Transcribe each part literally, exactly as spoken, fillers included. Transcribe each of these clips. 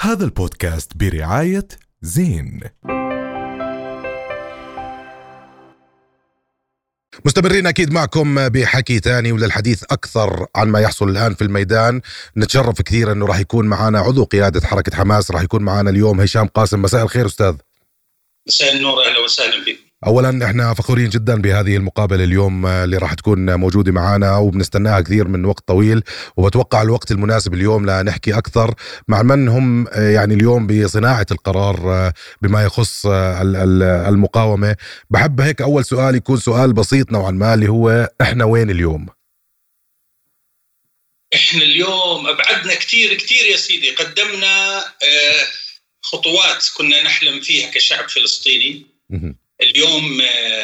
هذا البودكاست برعاية زين. مستمرين أكيد معكم بحكي تاني وللحديث أكثر عن ما يحصل الآن في الميدان. نتشرف كثير أنه راح يكون معنا عضو قيادة حركة حماس، راح يكون معنا اليوم هشام قاسم. مساء الخير أستاذ. مساء النور، أهلا وسهلا بك. أولا احنا فخورين جدا بهذه المقابلة اليوم اللي راح تكون موجودة معنا وبنستناها كثير من وقت طويل، وبتوقع الوقت المناسب اليوم لنحكي أكثر مع من هم يعني اليوم بصناعة القرار بما يخص المقاومة. بحب هيك أول سؤال يكون سؤال بسيط نوعا ما، اللي هو احنا وين اليوم؟ احنا اليوم أبعدنا كتير كتير يا سيدي. قدمنا خطوات كنا نحلم فيها كشعب فلسطيني. اليوم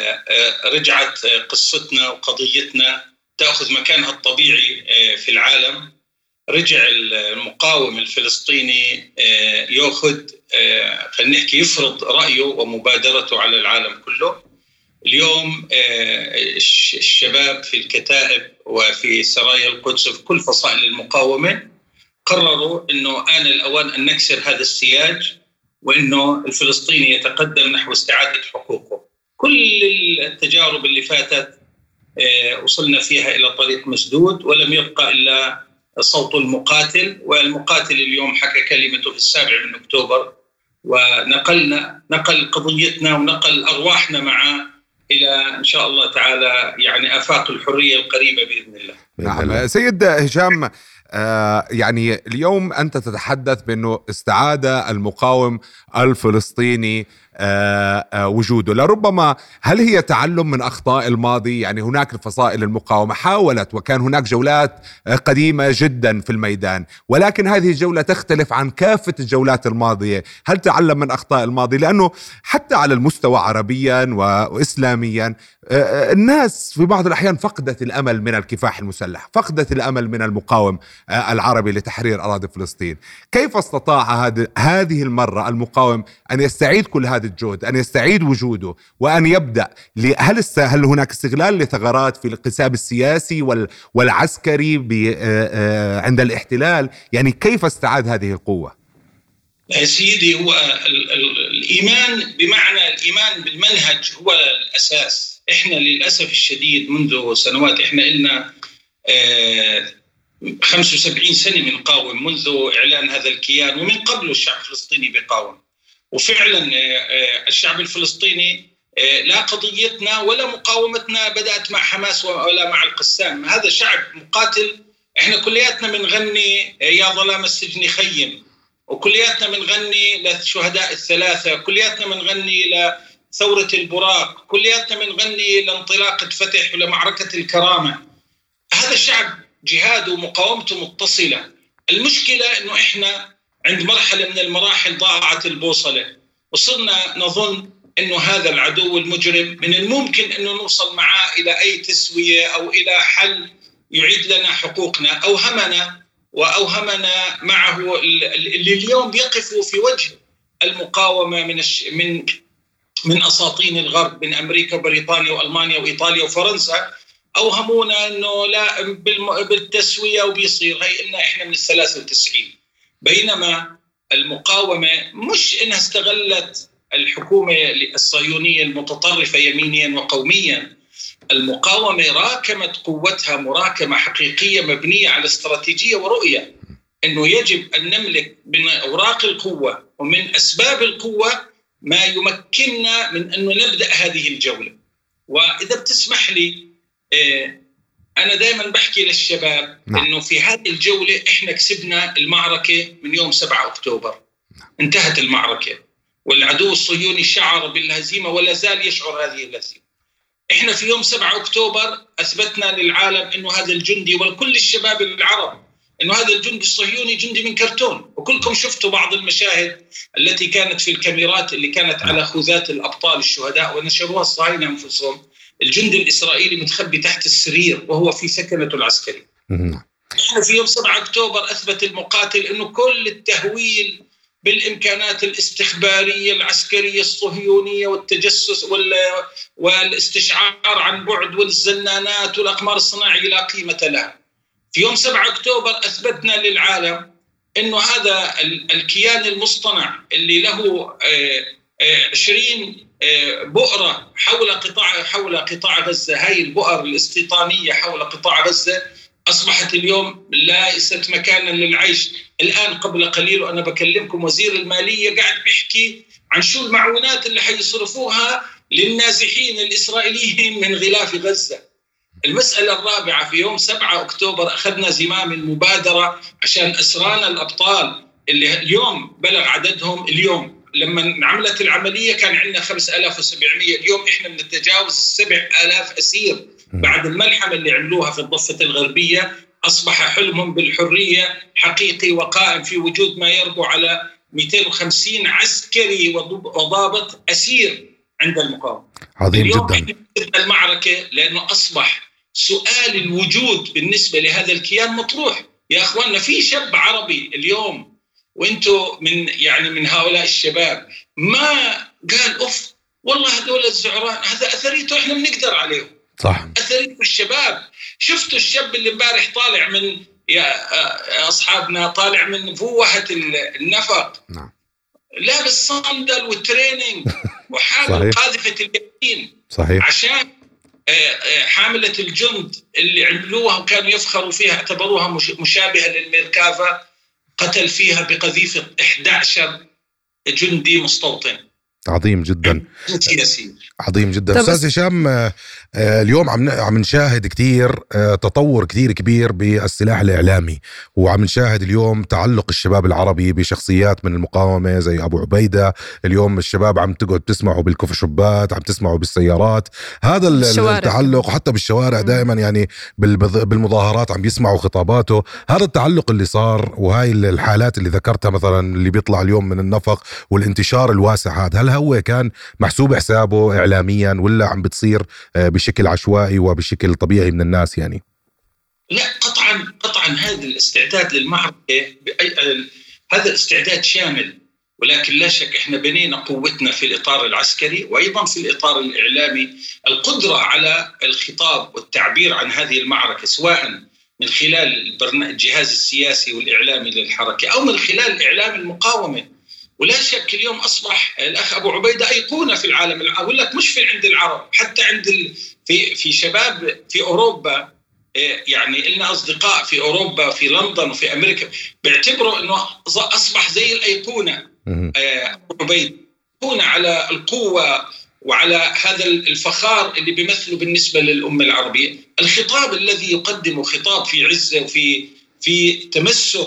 رجعت قصتنا وقضيتنا تأخذ مكانها الطبيعي في العالم. رجع المقاوم الفلسطيني يأخذ، خلينا نحكي، يفرض رأيه ومبادرته على العالم كله. اليوم الشباب في الكتائب وفي سرايا القدس وفي كل فصائل المقاومة قرروا أنه آن الأوان أن نكسر هذا السياج، وإنه الفلسطيني يتقدم نحو استعادة حقوقه. كل التجارب اللي فاتت وصلنا فيها إلى طريق مسدود، ولم يبقى إلا صوت المقاتل. والمقاتل اليوم حكى كلمته في السابع من أكتوبر، ونقلنا نقل قضيتنا ونقل أرواحنا معه إلى إن شاء الله تعالى يعني آفاق الحرية القريبة بإذن الله. نعم سيد هشام، آه يعني اليوم أنت تتحدث بأنه استعاد المقاوم الفلسطيني آه آه وجوده. لربما هل هي تعلم من أخطاء الماضي؟ يعني هناك الفصائل المقاومة حاولت، وكان هناك جولات قديمة جدا في الميدان، ولكن هذه الجولة تختلف عن كافة الجولات الماضية. هل تعلم من أخطاء الماضي؟ لأنه حتى على المستوى عربيا وإسلاميا آه الناس في بعض الأحيان فقدت الأمل من الكفاح المسلح، فقدت الأمل من المقاوم آه العربي لتحرير أراضي فلسطين. كيف استطاع هذه المرة المقاوم أن يستعيد كل هذا الجهد، أن يستعيد وجوده، وأن يبدأ؟ هل هل هناك استغلال لثغرات في القسام السياسي والعسكري عند الاحتلال؟ يعني كيف استعاد هذه القوة؟ يا سيدي، هو الإيمان، بمعنى الإيمان بالمنهج هو الأساس. إحنا للأسف الشديد منذ سنوات، إحنا إلنا خمسة وسبعين سنة بنقاوم منذ إعلان هذا الكيان، ومن قبله الشعب الفلسطيني بيقاوم. وفعلا الشعب الفلسطيني لا قضيتنا ولا مقاومتنا بدأت مع حماس ولا مع القسام. هذا شعب مقاتل. احنا كلياتنا بنغني يا ظلام السجن خيم، وكلياتنا بنغني للشهداء الثلاثة، كلياتنا بنغني لثورة البراق، كلياتنا بنغني لانطلاقة فتح ولمعركة الكرامة. هذا الشعب جهاده ومقاومته متصلة. المشكلة انه احنا عند مرحلة من المراحل ضاعت البوصلة، وصرنا نظن أنه هذا العدو المجرم من الممكن أنه نوصل معاه إلى أي تسوية أو إلى حل يعيد لنا حقوقنا. أوهمنا وأوهمنا معه اللي اليوم بيقفوا في وجه المقاومة من من من أساطين الغرب، من أمريكا وبريطانيا وألمانيا وإيطاليا وفرنسا. أوهمونا أنه لا بالتسوية وبيصير. هي إلنا إحنا من الثلاثة وتسعين، بينما المقاومة مش إنها استغلت الحكومة الصهيونية المتطرفة يمينيا وقوميا. المقاومة راكمت قوتها مراكمة حقيقية مبنية على استراتيجية ورؤية، إنه يجب أن نملك من أوراق القوة ومن أسباب القوة ما يمكننا من أنه نبدأ هذه الجولة. وإذا بتسمح لي، أنا دائما بحكي للشباب إنه في هذه الجولة إحنا كسبنا المعركة من يوم سبعة أكتوبر. انتهت المعركة، والعدو الصهيوني شعر بالهزيمة ولا زال يشعر هذه الهزيمة. إحنا في يوم سبعة أكتوبر أثبتنا للعالم إنه هذا الجندي وكل الشباب العرب إنه هذا الجندي الصهيوني جندي من كرتون. وكلكم شفتوا بعض المشاهد التي كانت في الكاميرات اللي كانت على خوذات الأبطال الشهداء ونشروها الصهاينة أنفسهم. الجندي الإسرائيلي متخبي تحت السرير وهو في سكنته العسكري. إحنا في يوم سبعة أكتوبر أثبت المقاتل إنه كل التهويل بالإمكانات الاستخبارية العسكرية الصهيونية والتجسس والاستشعار عن بعد والزنانات والأقمار الصناعية لا قيمة لها. في يوم سبعة أكتوبر أثبتنا للعالم إنه هذا الكيان المصطنع اللي له عشرين بؤرة حول قطاع حول قطاع غزة، هاي البؤر الاستيطانية حول قطاع غزة أصبحت اليوم ليست مكانا للعيش. الآن قبل قليل وأنا بكلمكم وزير المالية قاعد بيحكي عن شو المعونات اللي حيصرفوها للنازحين الإسرائيليين من غلاف غزة. المسألة الرابعة، في يوم سبعة أكتوبر أخذنا زمام المبادرة عشان أسرانا الأبطال اللي اليوم بلغ عددهم، اليوم لما عملت العملية كان عندنا خمسة آلاف وسبعمية، اليوم إحنا بنتجاوز السبع آلاف أسير بعد الملحمة اللي عملوها في الضفة الغربية. أصبح حلمهم بالحرية حقيقي وقائم في وجود ما يربو على مئتين وخمسين عسكري وضابط أسير عند المقاومة. عظيم اليوم جدا المعركة، لأنه أصبح سؤال الوجود بالنسبة لهذا الكيان مطروح. يا أخواننا، في شاب عربي اليوم وانتو من يعني من هؤلاء الشباب ما قال أوف والله هذول الزعران هذا أثريته إحنا بنقدر عليهم. صح، أثريته الشباب. شفتوا الشاب اللي امبارح طالع من يا أصحابنا طالع من فوهة النفق، نعم، لابس صندل والتريننج وحامل قاذفة اليقين، صحيح، عشان حاملة الجند اللي عملوها وكانوا يفخروا فيها اعتبروها مشابهة للميركافا، قتل فيها بقذيفة إحدى عشر جندي مستوطن. عظيم جدا، سياسي عظيم جدا. أستاذ هشام، اليوم عم عم نشاهد كتير تطور كتير كبير بالسلاح الإعلامي، وعم نشاهد اليوم تعلق الشباب العربي بشخصيات من المقاومة زي أبو عبيدة. اليوم الشباب عم تقعد تسمعوا بالكوفي شوبات، عم تسمعوا بالسيارات، هذا التعلق، وحتى بالشوارع دائما يعني بالمظاهرات عم بيسمعوا خطاباته. هذا التعلق اللي صار وهاي الحالات اللي ذكرتها مثلا اللي بيطلع اليوم من النفق والانتشار الواسع هذا، هل هو كان محسوب حسابه إعلاميا ولا عم بتصير بشكل عشوائي وبشكل طبيعي من الناس يعني؟ لا، قطعا قطعا هذا الاستعداد للمعركة هذا استعداد شامل، ولكن لا شك احنا بنينا قوتنا في الإطار العسكري وأيضا في الإطار الإعلامي، القدرة على الخطاب والتعبير عن هذه المعركة سواء من خلال الجهاز السياسي والإعلامي للحركة أو من خلال إعلام المقاومة. ولا شك اليوم أصبح الأخ أبو عبيدة أيقونة في العالم العربي، أقول لك مش في عند العرب، حتى عند ال... في في شباب في أوروبا، يعني لنا أصدقاء في أوروبا في لندن وفي أمريكا بيعتبروا أنه أصبح زي الأيقونة. أبو عبيدة أيقونة على القوة وعلى هذا الفخار اللي بيمثله بالنسبة للأمة العربية. الخطاب الذي يقدمه خطاب في عزة وفي في تمسك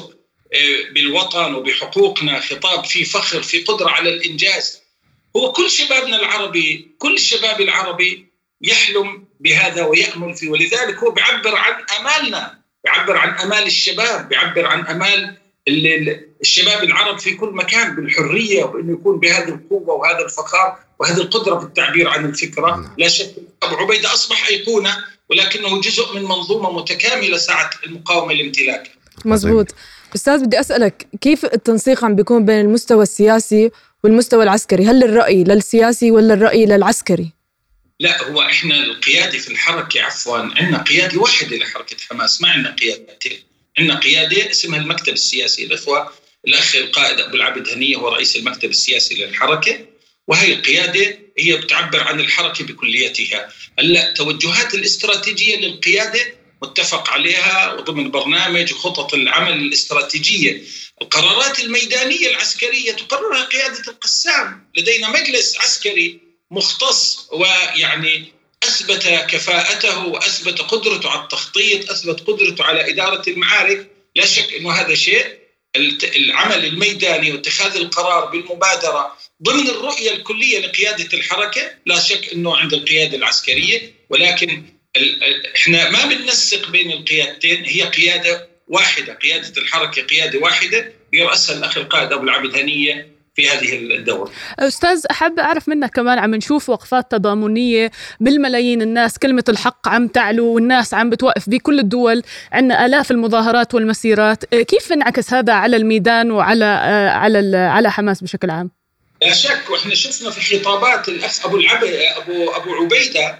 بالوطن وبحقوقنا، خطاب في فخر، في قدرة على الإنجاز. هو كل شبابنا العربي، كل الشباب العربي يحلم بهذا ويأمل فيه، ولذلك هو بيعبر عن أمالنا، بيعبر عن أمال الشباب، بيعبر عن أمال الشباب العرب في كل مكان بالحرية، وإنه يكون بهذه القوة وهذا الفخار وهذه القدرة في التعبير عن الفكرة. لا شك أبو عبيدة أصبح أيقونة، ولكنه جزء من منظومة متكاملة ساعة المقاومة الامتلاك. مزبوط. أستاذ بدي أسألك، كيف التنسيق عم بيكون بين المستوى السياسي والمستوى العسكري؟ هل الرأي للسياسي ولا الرأي للعسكري؟ لا، هو إحنا القيادة في الحركة عفواً عندنا قيادة واحدة لحركة حماس، ما عندنا قيادتين. عندنا قيادة اسمها المكتب السياسي، الأخوة الأخ القائد أبو العبد هنية هو رئيس المكتب السياسي للحركة، وهي القيادة هي بتعبر عن الحركة بكليتها. هلا توجهات الاستراتيجية للقيادة متفق عليها وضمن برنامج وخطط العمل الاستراتيجية. القرارات الميدانية العسكرية تقررها قيادة القسام. لدينا مجلس عسكري مختص ويعني أثبت كفاءته وأثبت قدرته على التخطيط، أثبت قدرته على إدارة المعارك. لا شك أنه هذا شيء، العمل الميداني واتخاذ القرار بالمبادرة ضمن الرؤية الكلية لقيادة الحركة، لا شك أنه عند القيادة العسكرية، ولكن احنا ما بننسق بين القيادتين، هي قيادة واحدة، قيادة الحركة قيادة واحدة يرأسها الأخ القائد أبو العبد هنية في هذه الدورة. أستاذ، أحب أعرف منك كمان، عم نشوف وقفات تضامنية بالملايين الناس، كلمة الحق عم تعلو والناس عم بتوقف بكل الدول، عندنا آلاف المظاهرات والمسيرات، كيف انعكس هذا على الميدان وعلى على على حماس بشكل عام؟ لا شك، وإحنا شفنا في خطابات الأخ أبو العبد أبو أبو عبيدة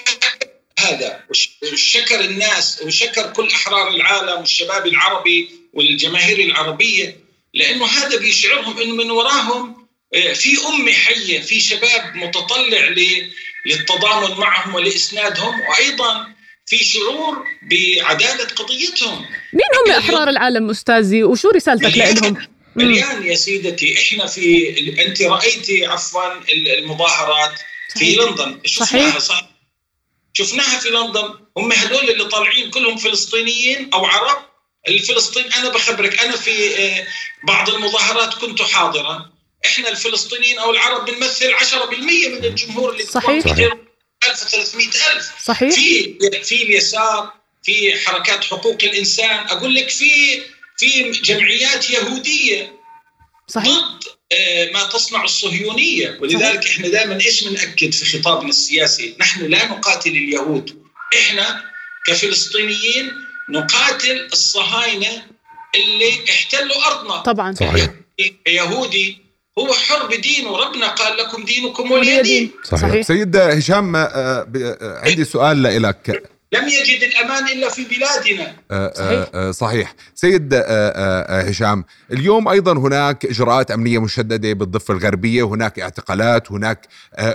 هذا، وشكر الناس وشكر كل أحرار العالم والشباب العربي والجماهير العربية، لأنه هذا بيشعرهم أنه من وراهم في أمة حية، في شباب متطلع للتضامن معهم ولإسنادهم، وأيضا في شعور بعدالة قضيتهم. مين هم أحرار العالم أستاذي وشو رسالتك لهم؟ مليان يا سيدتي. إحنا في أنت رأيتي عفوا المظاهرات في لندن، شفناها صح؟ شفناها في لندن. هم هدول اللي طالعين كلهم فلسطينيين أو عرب. الفلسطين أنا بخبرك، أنا في بعض المظاهرات كنت حاضرا. إحنا الفلسطينيين أو العرب بنمثل عشرة بالمئة من الجمهور اللي صحيح. ألف وثلاثمائة ألف. صحيح. في في اليسار، في حركات حقوق الإنسان، أقول لك في في جمعيات يهودية صحيح. ضد ما تصنع الصهيونية. ولذلك صحيح. إحنا دائما إيش بنأكد في خطابنا السياسي؟ نحن لا نقاتل اليهود، إحنا كفلسطينيين نقاتل الصهاينة اللي احتلوا أرضنا. طبعا صحيح. يهودي هو حر بدينه، ربنا قال لكم دينكم ولي دين. صحيح. صحيح. سيد هشام، عندي سؤال لك. لم يجد الأمان إلا في بلادنا. صحيح. صحيح. سيد هشام، اليوم أيضا هناك إجراءات أمنية مشددة بالضفة الغربية، هناك اعتقالات، هناك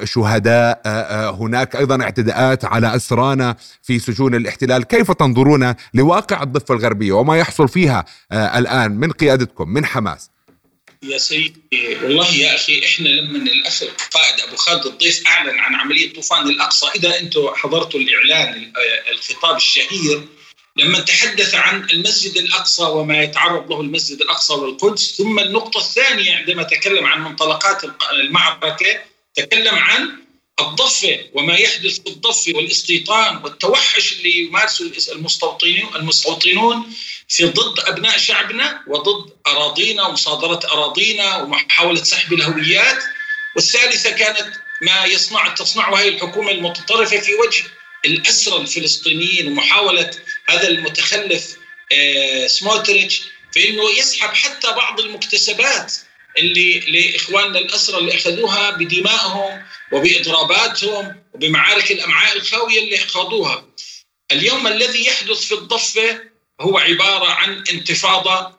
شهداء، هناك أيضا اعتداءات على أسرانا في سجون الاحتلال. كيف تنظرون لواقع الضفة الغربية وما يحصل فيها الآن من قيادتكم من حماس؟ يا سيدي والله يا أخي، إحنا لما الأخ القائد أبو خالد الضيف أعلن عن عملية طوفان الأقصى، إذا أنتم حضرتوا الإعلان الخطاب الشهير لما تحدث عن المسجد الأقصى وما يتعرض له المسجد الأقصى والقدس، ثم النقطة الثانية عندما تكلم عن منطلقات المعركة تكلم عن الضفة وما يحدث في الضفة والاستيطان والتوحش اللي يمارسه المستوطنين المستوطنون في ضد أبناء شعبنا وضد أراضينا ومصادرة أراضينا ومحاولة سحب الهويات. والثالثة كانت ما يصنع تصنعه هذه الحكومة المتطرفة في وجه الأسرى الفلسطينيين ومحاولة هذا المتخلف آه سموتريتش في أنه يسحب حتى بعض المكتسبات اللي لإخواننا الأسرى اللي أخذوها بدمائهم وبإضراباتهم وبمعارك الأمعاء الخاوية اللي خاضوها. اليوم الذي يحدث في الضفة هو عبارة عن انتفاضة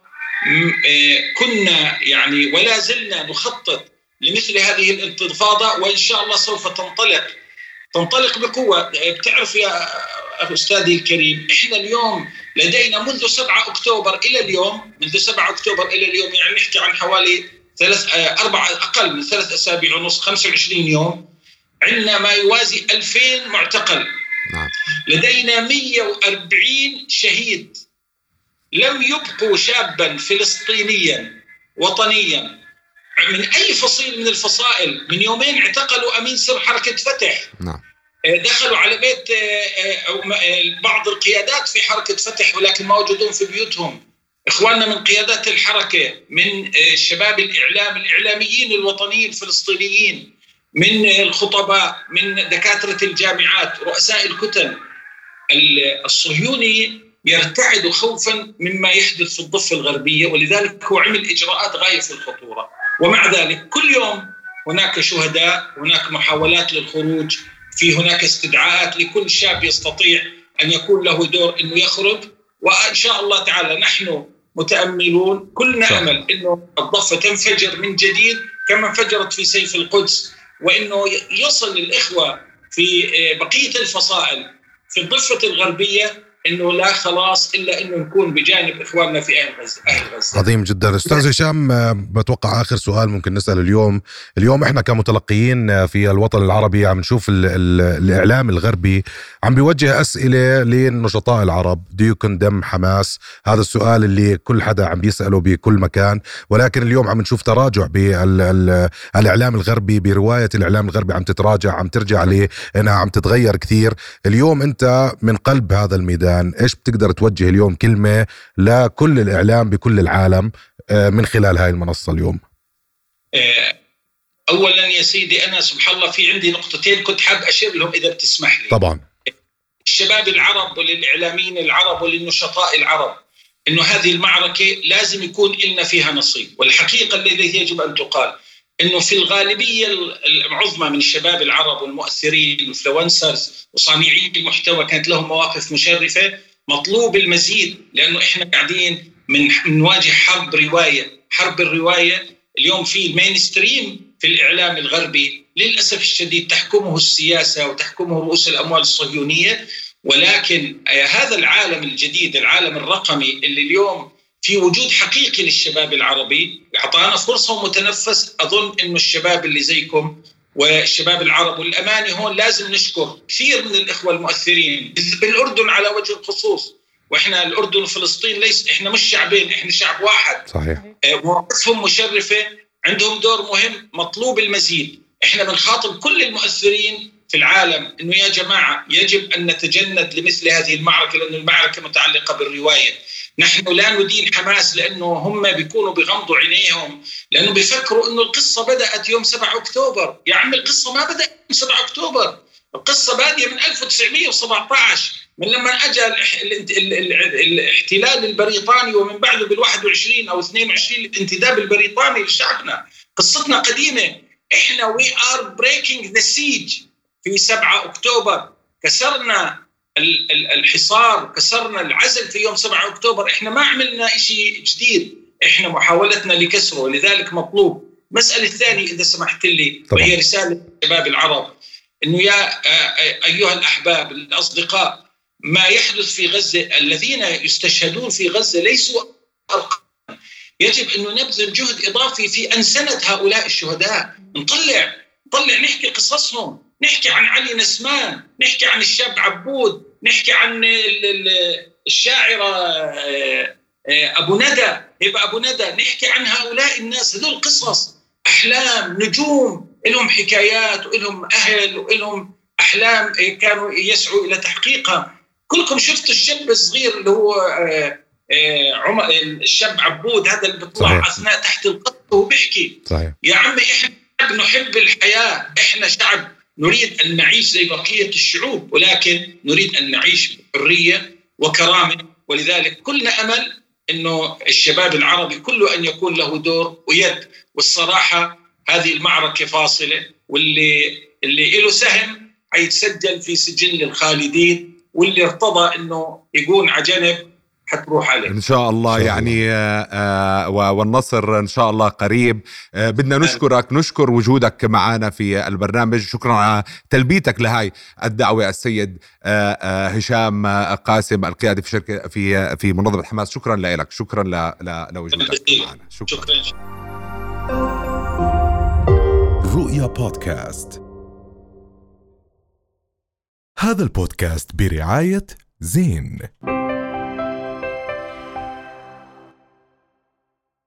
كنا يعني ولا زلنا نخطط لمثل هذه الانتفاضة، وإن شاء الله سوف تنطلق تنطلق بقوة. بتعرف يا أستاذي الكريم، إحنا اليوم لدينا منذ سبعة أكتوبر إلى اليوم منذ سبعة أكتوبر إلى اليوم يعني نحكي عن حوالي ثلاث أربع أقل من ثلاث أسابيع ونص، خمسة وعشرين يوم، عندنا ما يوازي ألفين معتقل. نعم. لدينا مئة وأربعين شهيد. لم يبقوا شابا فلسطينيا وطنيا من أي فصيل من الفصائل. من يومين اعتقلوا أمين سر حركة فتح. نعم. دخلوا على بيت بعض القيادات في حركة فتح ولكن موجودون في بيوتهم. إخواننا من قيادات الحركة، من شباب الإعلام الإعلاميين الوطنيين الفلسطينيين، من الخطباء، من دكاترة الجامعات، رؤساء الكتل. الصهيوني يرتعد خوفا مما يحدث في الضفة الغربية، ولذلك هو عمل إجراءات غاية في الخطورة. ومع ذلك كل يوم هناك شهداء، هناك محاولات للخروج، في هناك استدعاءات لكل شاب يستطيع أن يكون له دور أنه يخرج. وإن شاء الله تعالى نحن متأملون، كلنا أمل أنه الضفة تنفجر من جديد كما انفجرت في سيف القدس، وأنه يصل الإخوة في بقية الفصائل في الضفة الغربية انه لا خلاص الا انه نكون بجانب اخواننا في اهل غزه. اهل غزه. عظيم جدا. استاذ هشام، بتوقع اخر سؤال ممكن نسال اليوم اليوم احنا كمتلقيين في الوطن العربي عم نشوف ال ال الاعلام الغربي عم بيوجه اسئله للنشطاء العرب. do you condemn حماس؟ هذا السؤال اللي كل حدا عم بيساله بكل مكان، ولكن اليوم عم نشوف تراجع بالاعلام الغربي، بروايه الاعلام الغربي عم تتراجع، عم ترجع لانها عم تتغير كثير. اليوم انت من قلب هذا الميدان، إيش بتقدر توجه اليوم كلمة لكل الإعلام بكل العالم من خلال هاي المنصة اليوم؟ أولا يا سيدي، أنا سبحان الله في عندي نقطتين كنت حاب أشير لهم إذا بتسمح لي. طبعا. الشباب العرب وللإعلاميين العرب وللنشطاء العرب، إنه هذه المعركة لازم يكون لنا فيها نصيب. والحقيقة التي يجب أن تقال إنه في الغالبية العظمى من الشباب العرب والمؤثرين والإنفلونسرز وصانعين المحتوى كانت لهم مواقف مشرفة. مطلوب المزيد، لأنه إحنا قاعدين من نواجه حرب رواية. حرب الرواية اليوم في المين ستريم في الإعلام الغربي للأسف الشديد تحكمه السياسة وتحكمه رؤوس الأموال الصهيونية، ولكن هذا العالم الجديد، العالم الرقمي اللي اليوم في وجود حقيقي للشباب العربي أعطانا فرصة ومتنفس. أظن إنه الشباب اللي زيكم والشباب العرب والأماني هون لازم نشكر كثير من الإخوة المؤثرين بالأردن على وجه الخصوص. وإحنا الأردن وفلسطين ليس إحنا مش شعبين، إحنا شعب واحد. صحيح. مواقفهم مشرفة، عندهم دور مهم، مطلوب المزيد. إحنا بنخاطب كل المؤثرين في العالم إنه يا جماعة يجب أن نتجند لمثل هذه المعركة، لأن المعركة متعلقة بالرواية. نحن لا ندين حماس لأنه هم بيكونوا بيغمضوا عينيهم، لأنه بيفكروا إنه القصة بدأت يوم سبعة أكتوبر. يا عم القصة ما بدأت يوم سبعة أكتوبر، القصة بادية من ألف وتسعمية وسبعة عشر، من لما أجى الاحتلال البريطاني، ومن بعده بالواحد وعشرين أو اثنين وعشرين الانتداب البريطاني لشعبنا. قصتنا قديمة. إحنا we are breaking the siege في سبعة أكتوبر. كسرنا الحصار، كسرنا العزل في يوم سبعة أكتوبر. إحنا ما عملنا إشي جديد، إحنا محاولتنا لكسره، لذلك مطلوب. مسألة الثانية إذا سمحت لي، وهي رسالة شباب العرب، إنه يا أيها الأحباب الأصدقاء، ما يحدث في غزة، الذين يستشهدون في غزة ليسوا أرقام. يجب أنه نبذل جهد إضافي في أن سند هؤلاء الشهداء. نطلع نطلع نحكي قصصهم، نحكي عن علي نسمان، نحكي عن الشاب عبود، نحكي عن الشاعرة أبو ندى، هبة أبو ندى، نحكي عن هؤلاء الناس. هذول قصص، أحلام، نجوم، لهم حكايات ولهم أهل ولهم أحلام كانوا يسعوا إلى تحقيقها. كلكم شفتوا الشاب الصغير اللي هو عمر، الشاب عبود هذا اللي بيطلع أثناء تحت القطر وبيحكي. صحيح. يا عمي إحنا نحب الحياة، إحنا شعب نريد أن نعيش زي بقية الشعوب، ولكن نريد أن نعيش بحرية وكرامة. ولذلك كلنا أمل إنه الشباب العربي كله أن يكون له دور ويد. والصراحة هذه المعركة فاصلة، واللي اللي له سهم حيتسجل في سجل الخالدين، واللي ارتضى إنه يكون على جنب حتروح عليه إن شاء الله. شاء يعني الله. آه والنصر إن شاء الله قريب. آه بدنا نشكرك، نشكر وجودك معنا في البرنامج. شكرا على تلبيتك لهاي الدعوة السيد آه آه هشام قاسم، القيادي في شركة في في منظمة حماس. شكرا لك، شكرا لوجودك معنا. شكرا, شكرا. رؤيا بودكاست. هذا البودكاست برعاية زين.